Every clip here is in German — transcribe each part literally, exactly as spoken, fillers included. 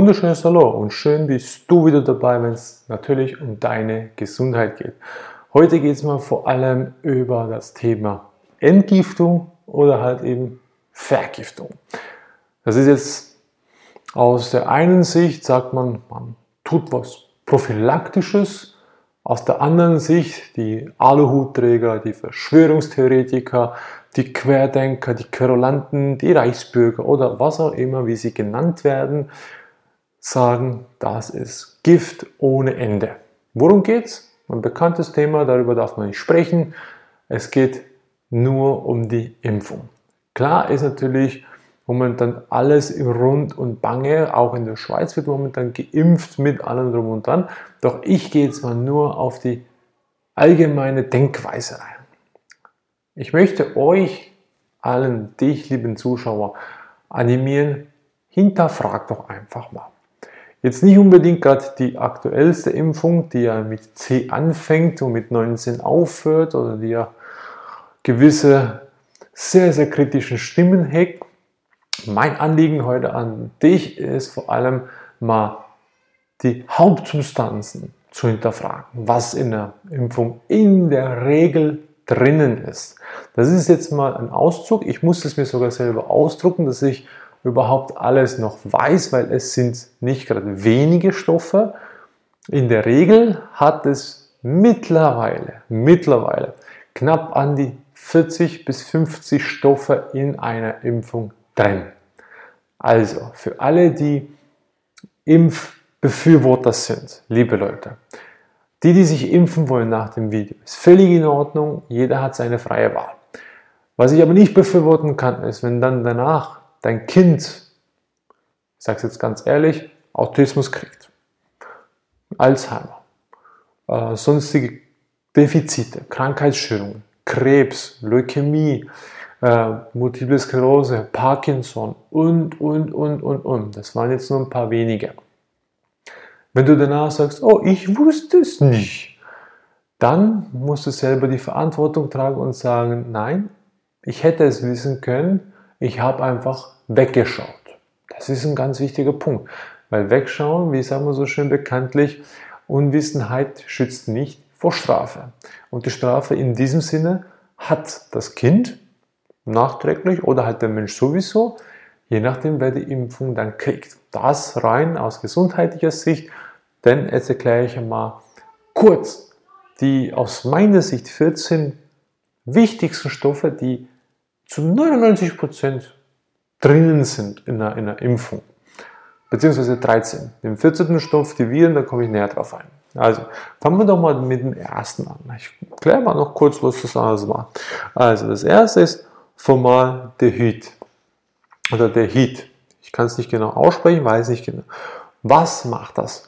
wunderschönes Hallo und schön bist du wieder dabei, wenn es natürlich um deine Gesundheit geht. Heute geht es mal vor allem über das Thema Entgiftung oder halt eben Vergiftung. Das ist jetzt aus der einen Sicht, sagt man, man tut was Prophylaktisches. Aus der anderen Sicht, die Aluhutträger, die Verschwörungstheoretiker, die Querdenker, die Querulanten, die Reichsbürger oder was auch immer, wie sie genannt werden, sagen, das ist Gift ohne Ende. Worum geht's? Ein bekanntes Thema, darüber darf man nicht sprechen. Es geht nur um die Impfung. Klar ist natürlich momentan alles im Rund und Bange, auch in der Schweiz wird momentan geimpft mit allem drum und dran. Doch ich gehe jetzt mal nur auf die allgemeine Denkweise ein. Ich möchte euch allen, dich lieben Zuschauer, animieren, hinterfragt doch einfach mal. Jetzt nicht unbedingt gerade die aktuellste Impfung, die ja mit C anfängt und mit neunzehn aufhört oder die ja gewisse sehr, sehr kritischen Stimmen hegt. Mein Anliegen heute an dich ist vor allem mal die Hauptsubstanzen zu hinterfragen, was in der Impfung in der Regel drinnen ist. Das ist jetzt mal ein Auszug. Ich muss es mir sogar selber ausdrucken, dass ich überhaupt alles noch weiß, weil es sind nicht gerade wenige Stoffe. In der Regel hat es mittlerweile, mittlerweile knapp an die vierzig bis fünfzig Stoffe in einer Impfung drin. Also, für alle, die Impfbefürworter sind, liebe Leute, die, die sich impfen wollen nach dem Video, ist völlig in Ordnung, jeder hat seine freie Wahl. Was ich aber nicht befürworten kann, ist, wenn dann danach dein Kind, ich sage es jetzt ganz ehrlich, Autismus kriegt, Alzheimer, äh, sonstige Defizite, Krankheitsstörungen, Krebs, Leukämie, äh, Multiple Sklerose, Parkinson und, und, und, und, und. Das waren jetzt nur ein paar wenige. Wenn du danach sagst, oh, ich wusste es nicht, dann musst du selber die Verantwortung tragen und sagen, nein, ich hätte es wissen können, ich habe einfach weggeschaut. Das ist ein ganz wichtiger Punkt, weil wegschauen, wie sagen wir so schön bekanntlich, Unwissenheit schützt nicht vor Strafe. Und die Strafe in diesem Sinne hat das Kind nachträglich oder halt der Mensch sowieso, je nachdem, wer die Impfung dann kriegt. Das rein aus gesundheitlicher Sicht, denn jetzt erkläre ich einmal kurz die aus meiner Sicht vierzehn wichtigsten Stoffe, die zu neunundneunzig Prozent drinnen sind in einer, in einer Impfung, beziehungsweise dreizehn. Den vierzehnten Stoff, die Viren, da komme ich näher drauf ein. Also, fangen wir doch mal mit dem ersten an. Ich kläre mal noch kurz, was das alles war. Also, das erste ist Formaldehyd oder Dehyd. Ich kann es nicht genau aussprechen, weiß nicht genau. Was macht das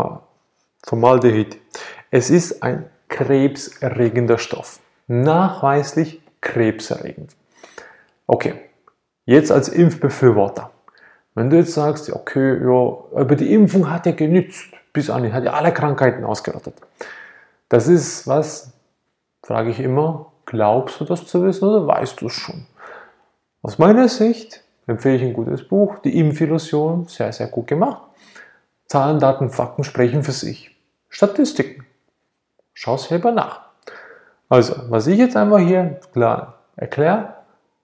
Formaldehyd? Es ist ein krebserregender Stoff. Nachweislich krebserregend. Okay, jetzt als Impfbefürworter. Wenn du jetzt sagst, okay, ja, aber die Impfung hat ja genützt, bis an, hat ja alle Krankheiten ausgerottet. Das ist was, frage ich immer, glaubst du das zu wissen oder weißt du es schon? Aus meiner Sicht empfehle ich ein gutes Buch, die Impfillusion, sehr, sehr gut gemacht. Zahlen, Daten, Fakten sprechen für sich. Statistiken. Schau selber nach. Also, was ich jetzt einfach hier klar erkläre,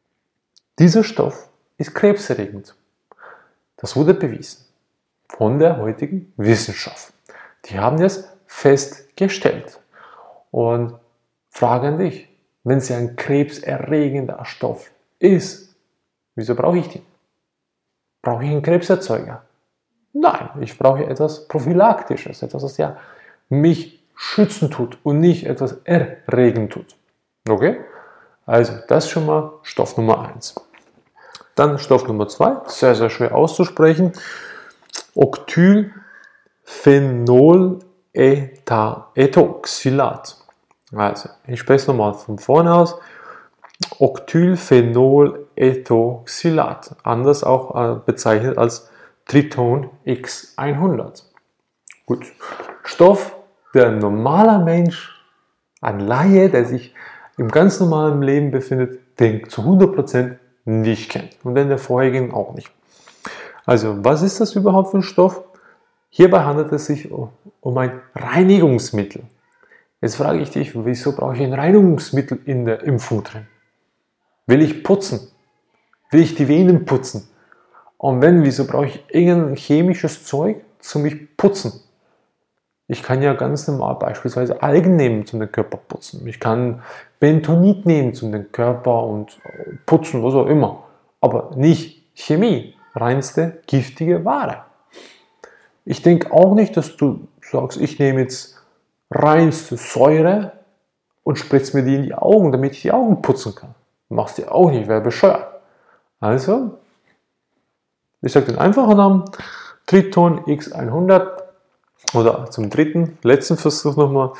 dieser Stoff ist krebserregend. Das wurde bewiesen von der heutigen Wissenschaft. Die haben das festgestellt. Und Frage an dich, wenn es ja ein krebserregender Stoff ist, wieso brauche ich den? Brauche ich einen Krebserzeuger? Nein, ich brauche etwas Prophylaktisches, etwas, das ja mich schützen tut und nicht etwas erregen tut. Okay? Also, das ist schon mal Stoff Nummer eins. Dann Stoff Nummer zwei, sehr, sehr schwer auszusprechen. Octylphenoletoxylat. Also, ich spreche es nochmal von vorne aus. Octylphenoletoxylat, anders auch äh, bezeichnet als Triton X hundert. Gut, Stoff, der ein normaler Mensch, ein Laie, der sich im ganz normalen Leben befindet, den zu hundert Prozent nicht kennt und in der vorherigen auch nicht. Also, was ist das überhaupt für ein Stoff? Hierbei handelt es sich um ein Reinigungsmittel. Jetzt frage ich dich, wieso brauche ich ein Reinigungsmittel in der Impfung drin? Will ich putzen? Will ich die Venen putzen? Und wenn, wieso brauche ich irgendein chemisches Zeug zum mich putzen? Ich kann ja ganz normal beispielsweise Algen nehmen zum den Körper putzen. Ich kann Bentonit nehmen zum den Körper und putzen, was auch immer. Aber nicht Chemie, reinste giftige Ware. Ich denke auch nicht, dass du sagst, ich nehme jetzt reinste Säure und spritze mir die in die Augen, damit ich die Augen putzen kann. Machst du auch nicht, wäre bescheuert. Also, ich sage den einfachen Namen, Triton X hundert oder zum dritten, letzten Versuch nochmal,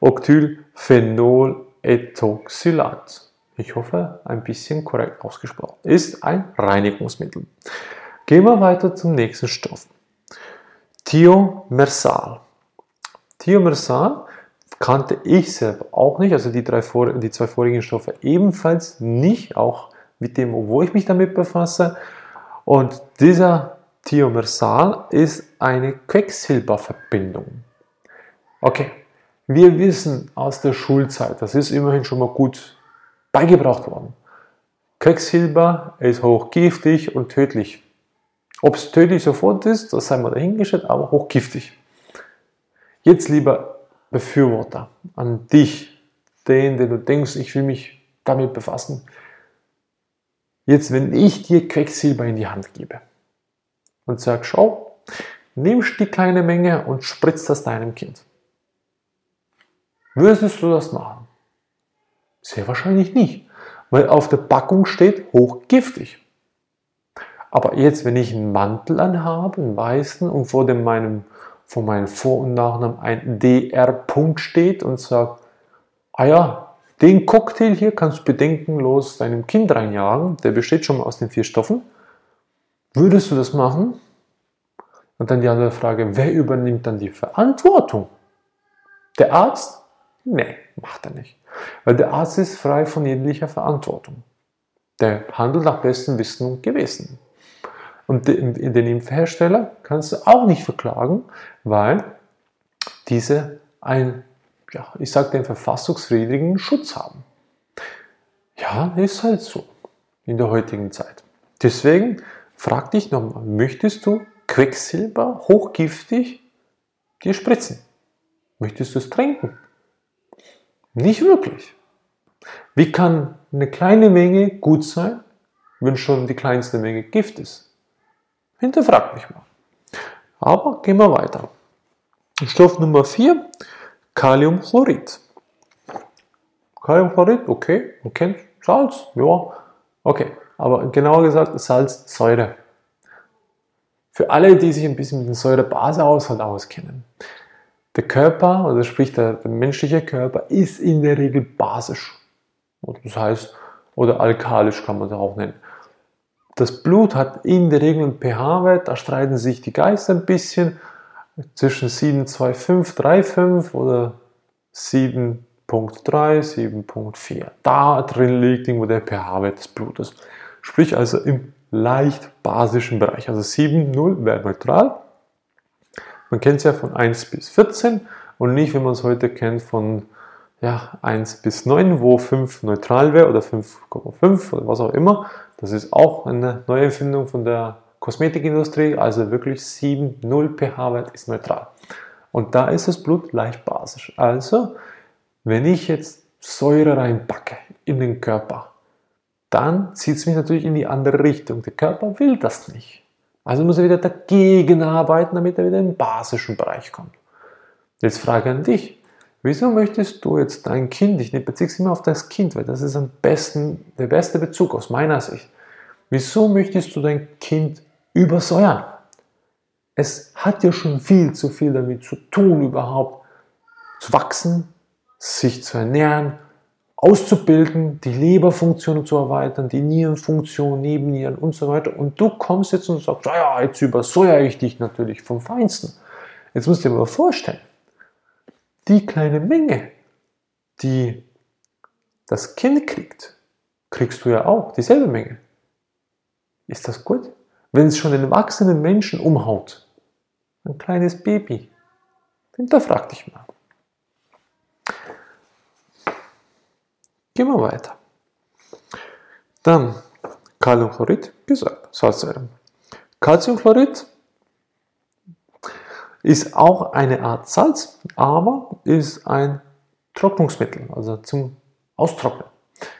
Octylphenoletoxylat. Ich hoffe, ein bisschen korrekt ausgesprochen. Ist ein Reinigungsmittel. Gehen wir weiter zum nächsten Stoff. Thiomersal. Thiomersal kannte ich selber auch nicht, also die, drei vor, die zwei vorigen Stoffe ebenfalls nicht, auch mit dem, wo ich mich damit befasse. Und dieser Thiomersal ist eine Quecksilberverbindung. Okay, wir wissen aus der Schulzeit, das ist immerhin schon mal gut beigebracht worden. Quecksilber ist hochgiftig und tödlich. Ob es tödlich sofort ist, das sei mal dahingestellt, aber hochgiftig. Jetzt, lieber Befürworter, an dich, den, den du denkst, ich will mich damit befassen. Jetzt, wenn ich dir Quecksilber in die Hand gebe und sage, schau, nimmst die kleine Menge und spritzt das deinem Kind. Würdest du das machen? Sehr wahrscheinlich nicht, weil auf der Packung steht hochgiftig. Aber jetzt, wenn ich einen Mantel anhabe, einen weißen, und vor dem meinem, vor meinem Vor- und Nachnamen ein D R-Punkt steht und sagt, ah ja, den Cocktail hier kannst du bedenkenlos deinem Kind reinjagen, der besteht schon mal aus den vier Stoffen. Würdest du das machen? Und dann die andere Frage, wer übernimmt dann die Verantwortung? Der Arzt? Nee, macht er nicht. Weil der Arzt ist frei von jeglicher Verantwortung. Der handelt nach bestem Wissen und Gewissen. Und den, den Impfhersteller kannst du auch nicht verklagen, weil diese ein, ja, ich sage den verfassungswidrigen Schutz haben. Ja, ist halt so in der heutigen Zeit. Deswegen frag dich nochmal, möchtest du Quecksilber hochgiftig dir spritzen? Möchtest du es trinken? Nicht wirklich. Wie kann eine kleine Menge gut sein, wenn schon die kleinste Menge Gift ist? Hinterfrag mich mal. Aber gehen wir weiter. Stoff Nummer vier, Kaliumchlorid. Kaliumchlorid, okay, man kennt Salz, ja, okay. Aber genauer gesagt Salzsäure. Für alle, die sich ein bisschen mit der Säure-Base-Haushalt auskennen. Der Körper, also sprich der, der menschliche Körper, ist in der Regel basisch. Das heißt, oder alkalisch kann man es auch nennen. Das Blut hat in der Regel einen pH-Wert, da streiten sich die Geister ein bisschen, zwischen sieben Komma zwei fünf, drei Komma fünf oder sieben Komma drei, sieben Komma vier. Da drin liegt irgendwo der pH-Wert des Blutes. Sprich also im leicht basischen Bereich. Also sieben, null wäre neutral. Man kennt es ja von eins bis vierzehn und nicht, wie man es heute kennt, von ja, eins bis neun, wo fünf neutral wäre oder fünf Komma fünf oder was auch immer. Das ist auch eine neue Erfindung von der Kosmetikindustrie, also wirklich sieben, null pH-Wert ist neutral. Und da ist das Blut leicht basisch. Also, wenn ich jetzt Säure reinpacke in den Körper, dann zieht es mich natürlich in die andere Richtung. Der Körper will das nicht. Also muss er wieder dagegen arbeiten, damit er wieder in den basischen Bereich kommt. Jetzt Frage an dich. Wieso möchtest du jetzt dein Kind, ich beziehe es immer auf das Kind, weil das ist am besten, der beste Bezug aus meiner Sicht. Wieso möchtest du dein Kind übersäuern? Es hat ja schon viel zu viel damit zu tun, überhaupt zu wachsen, sich zu ernähren, auszubilden, die Leberfunktion zu erweitern, die Nierenfunktion, Nebennieren und so weiter. Und du kommst jetzt und sagst, ja, jetzt übersäuere ich dich natürlich vom Feinsten. Jetzt musst du dir mal vorstellen, die kleine Menge, die das Kind kriegt, kriegst du ja auch, dieselbe Menge. Ist das gut? wenn es schon einen erwachsenen Menschen umhaut, ein kleines Baby, hinterfrag dich mal. Gehen wir weiter. Dann Kaliumchlorid, gesagt, Salzsäure. Calciumchlorid ist auch eine Art Salz, aber ist ein Trocknungsmittel, also zum Austrocknen.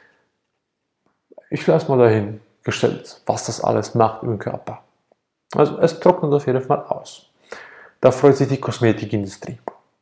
Ich lasse mal dahingestellt, was das alles macht im Körper. Also es trocknet auf jeden Fall aus. Da freut sich die Kosmetikindustrie.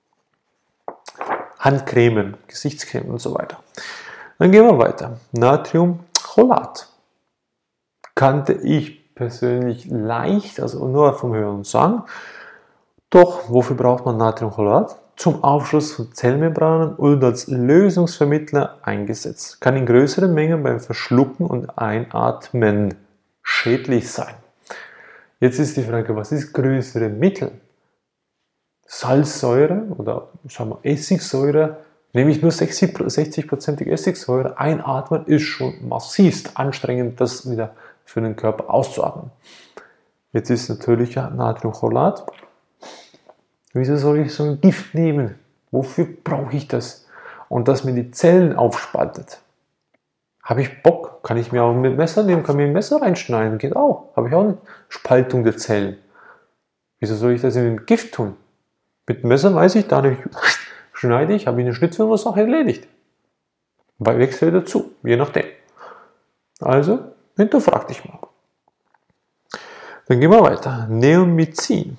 Handcremen, Gesichtscreme und so weiter. Dann gehen wir weiter. Natriumcholat. Kannte ich persönlich leicht, also nur vom Hören und Sagen. Doch, wofür braucht man Natriumcholat? Zum Aufschluss von Zellmembranen und als Lösungsvermittler eingesetzt. Kann in größeren Mengen beim Verschlucken und Einatmen schädlich sein. Jetzt ist die Frage, was ist größere Mittel? Salzsäure oder sagen wir Essigsäure, nämlich nur sechzig-prozentige Essigsäure, einatmen ist schon massivst anstrengend, das wieder für den Körper auszuatmen. Jetzt ist natürlich Natriumcholat. Wieso soll ich so ein Gift nehmen? Wofür brauche ich das? Und das mir die Zellen aufspaltet. Habe ich Bock? Kann ich mir auch mit Messer nehmen? Kann mir ein Messer reinschneiden? Geht auch. Habe ich auch eine Spaltung der Zellen. Wieso soll ich das in ein Gift tun? Mit dem Messer weiß ich, da schneide ich, habe ich eine Schnittwunde, Sache erledigt. Bei Wechsel dazu, je nachdem. Also, hinterfrag dich mal. Dann gehen wir weiter. Neomycin.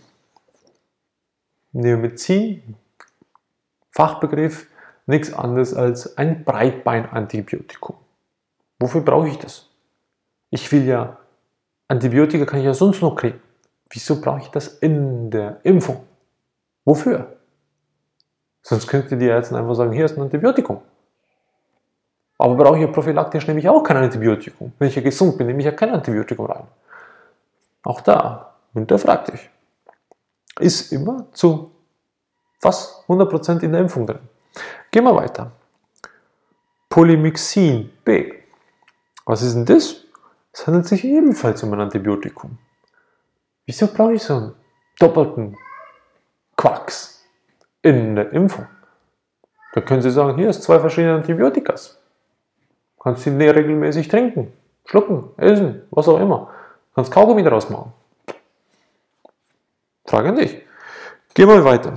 Neomycin, Fachbegriff, nichts anderes als ein Breitbein-Antibiotikum. Wofür brauche ich das? Ich will ja, Antibiotika kann ich ja sonst noch kriegen. Wieso brauche ich das in der Impfung? Wofür? Sonst könnte die Ärzte einfach sagen, hier ist ein Antibiotikum. Aber brauche ich ja prophylaktisch nämlich auch kein Antibiotikum. Wenn ich ja gesund bin, nehme ich ja kein Antibiotikum rein. Auch da, hinterfrag dich. Ist immer zu fast hundert Prozent in der Impfung drin. Gehen wir weiter. Polymyxin B. Was ist denn das? Es handelt sich ebenfalls um ein Antibiotikum. Wieso brauche ich so einen doppelten Quacks in der Impfung? Da können Sie sagen, hier ist zwei verschiedene Antibiotikas. Kannst du die regelmäßig trinken, schlucken, essen, was auch immer. Kannst Kaugummi daraus machen. Frage an dich. Gehen wir weiter.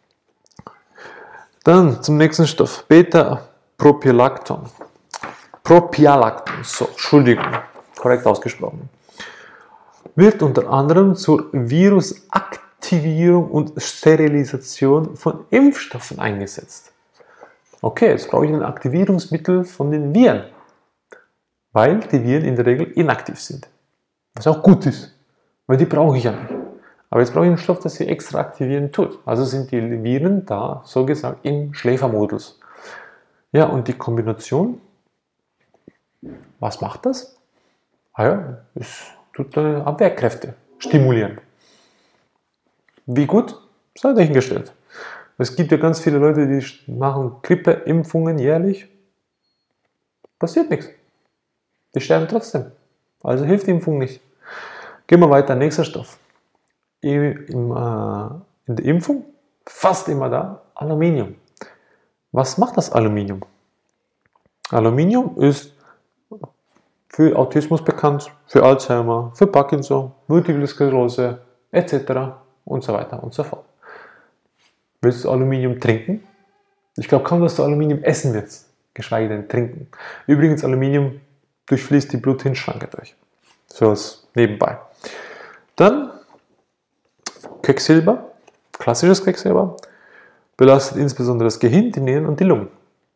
Dann zum nächsten Stoff. Beta-Propiolacton. Propiolacton, so, Entschuldigung, korrekt ausgesprochen. Wird unter anderem zur Virusaktivierung und Sterilisation von Impfstoffen eingesetzt. Okay, jetzt brauche ich ein Aktivierungsmittel von den Viren, weil die Viren in der Regel inaktiv sind. Was auch gut ist, weil die brauche ich ja nicht. Aber jetzt brauche ich einen Stoff, der sie extra aktivieren tut. Also sind die Viren da, so gesagt, im Schläfermodus. Ja, und die Kombination, was macht das? Ah ja, es tut deine Abwehrkräfte stimulieren. Wie gut? Sei dahingestellt. Es gibt ja ganz viele Leute, die machen Grippeimpfungen jährlich. Passiert nichts. Die sterben trotzdem. Also hilft die Impfung nicht. Gehen wir weiter, nächster Stoff. Im, äh, in der Impfung, fast immer da, Aluminium. Was macht das Aluminium? Aluminium ist für Autismus bekannt, für Alzheimer, für Parkinson, Multiple Sklerose et cetera und so weiter und so fort. Willst du Aluminium trinken? Ich glaube kaum, dass du Aluminium essen willst, geschweige denn trinken. Übrigens, Aluminium durchfließt die Blut-Hirn-Schranke durch. So als nebenbei. Dann Quecksilber, klassisches Quecksilber, belastet insbesondere das Gehirn, die Nieren und die Lungen.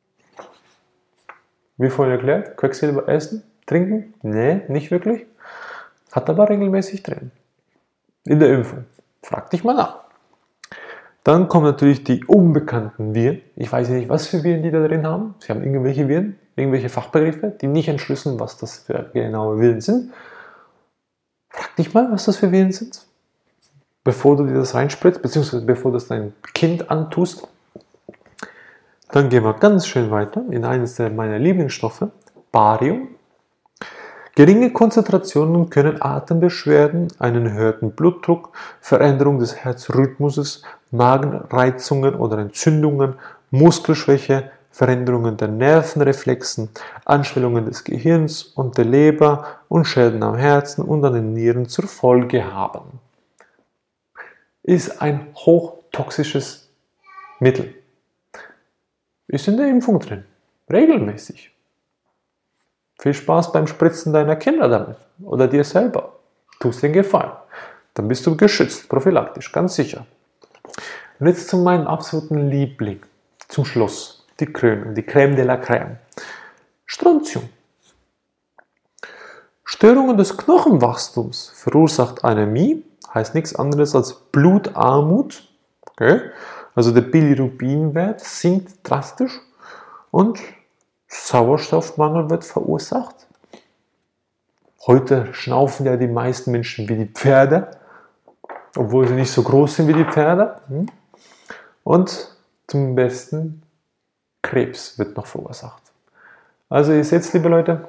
Wie vorhin erklärt, Quecksilber essen, trinken? Nee, nicht wirklich. Hat aber regelmäßig drin. In der Impfung. Frag dich mal nach. Dann kommen natürlich die unbekannten Viren. Ich weiß nicht, was für Viren die da drin haben. Sie haben irgendwelche Viren, irgendwelche Fachbegriffe, die nicht entschlüsseln, was das für genaue Viren sind. Frag dich mal, was das für Viren sind, bevor du dir das reinspritzt, beziehungsweise bevor du das dein Kind antust. Dann gehen wir ganz schön weiter in eines meiner Lieblingsstoffe, Barium. Geringe Konzentrationen können Atembeschwerden, einen erhöhten Blutdruck, Veränderung des Herzrhythmuses, Magenreizungen oder Entzündungen, Muskelschwäche, Veränderungen der Nervenreflexen, Anschwellungen des Gehirns und der Leber und Schäden am Herzen und an den Nieren zur Folge haben. Ist ein hochtoxisches Mittel. Ist in der Impfung drin. Regelmäßig. Viel Spaß beim Spritzen deiner Kinder damit oder dir selber. Tust den Gefallen. Dann bist du geschützt, prophylaktisch, ganz sicher. Und jetzt zu meinem absoluten Liebling. Zum Schluss. Die Krönung, die Crème de la Crème. Strontium. Störungen des Knochenwachstums verursacht Anämie, heißt nichts anderes als Blutarmut. Okay? Also der Bilirubinwert sinkt drastisch und Sauerstoffmangel wird verursacht. Heute schnaufen ja die meisten Menschen wie die Pferde, obwohl sie nicht so groß sind wie die Pferde. Und zum Besten Krebs wird noch verursacht. Also ihr seht, liebe Leute,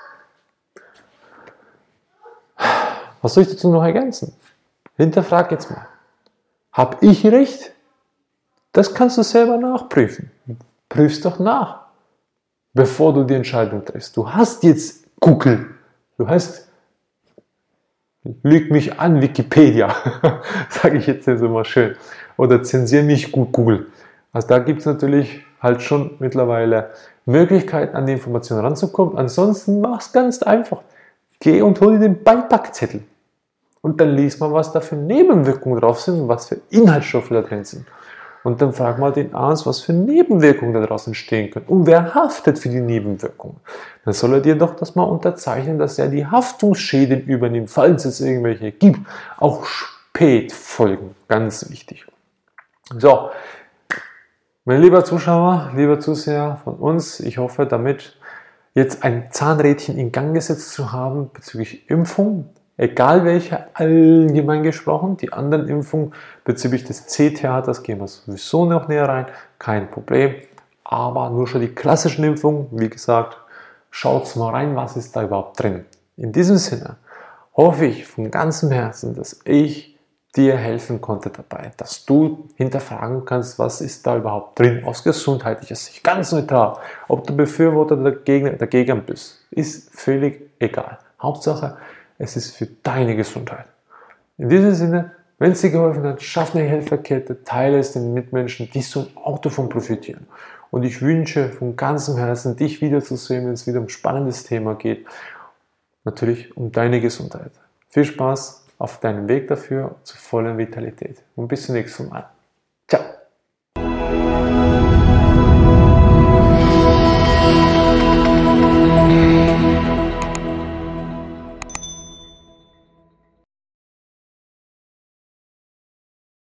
was soll ich dazu noch ergänzen? Hinterfrag jetzt mal. Hab ich recht? Das kannst du selber nachprüfen. Prüf's doch nach, bevor du die Entscheidung triffst. Du hast jetzt Google. Du hast, lüg mich an, Wikipedia, sage ich jetzt so mal schön. Oder zensier mich gut, Google. Also da gibt es natürlich halt schon mittlerweile Möglichkeiten, an die Informationen ranzukommen. Ansonsten mach es ganz einfach. Geh und hol dir den Beipackzettel. Und dann lies mal, was da für Nebenwirkungen drauf sind und was für Inhaltsstoffe da drin sind. Und dann frag mal den Arzt, was für Nebenwirkungen daraus entstehen können. Und wer haftet für die Nebenwirkungen? Dann soll er dir doch das mal unterzeichnen, dass er die Haftungsschäden übernimmt, falls es irgendwelche gibt. Auch Spätfolgen, ganz wichtig. So, mein lieber Zuschauer, lieber Zuseher von uns, ich hoffe damit jetzt ein Zahnrädchen in Gang gesetzt zu haben bezüglich Impfung. Egal welche, allgemein gesprochen, die anderen Impfungen bezüglich des C-Theaters gehen wir sowieso noch näher rein, kein Problem. Aber nur schon die klassischen Impfungen, wie gesagt, schaut mal rein, was ist da überhaupt drin. In diesem Sinne hoffe ich von ganzem Herzen, dass ich dir helfen konnte dabei, dass du hinterfragen kannst, was ist da überhaupt drin aus gesundheitlicher Sicht, ganz neutral. Ob du Befürworter oder Gegner, der Gegner bist, ist völlig egal. Hauptsache, es ist für deine Gesundheit. In diesem Sinne, wenn es dir geholfen hat, schaff eine Helferkette, teile es den Mitmenschen, die so auch davon profitieren. Und ich wünsche von ganzem Herzen, dich wiederzusehen, wenn es wieder um ein spannendes Thema geht. Natürlich um deine Gesundheit. Viel Spaß auf deinem Weg dafür zur vollen Vitalität. Und bis zum nächsten Mal.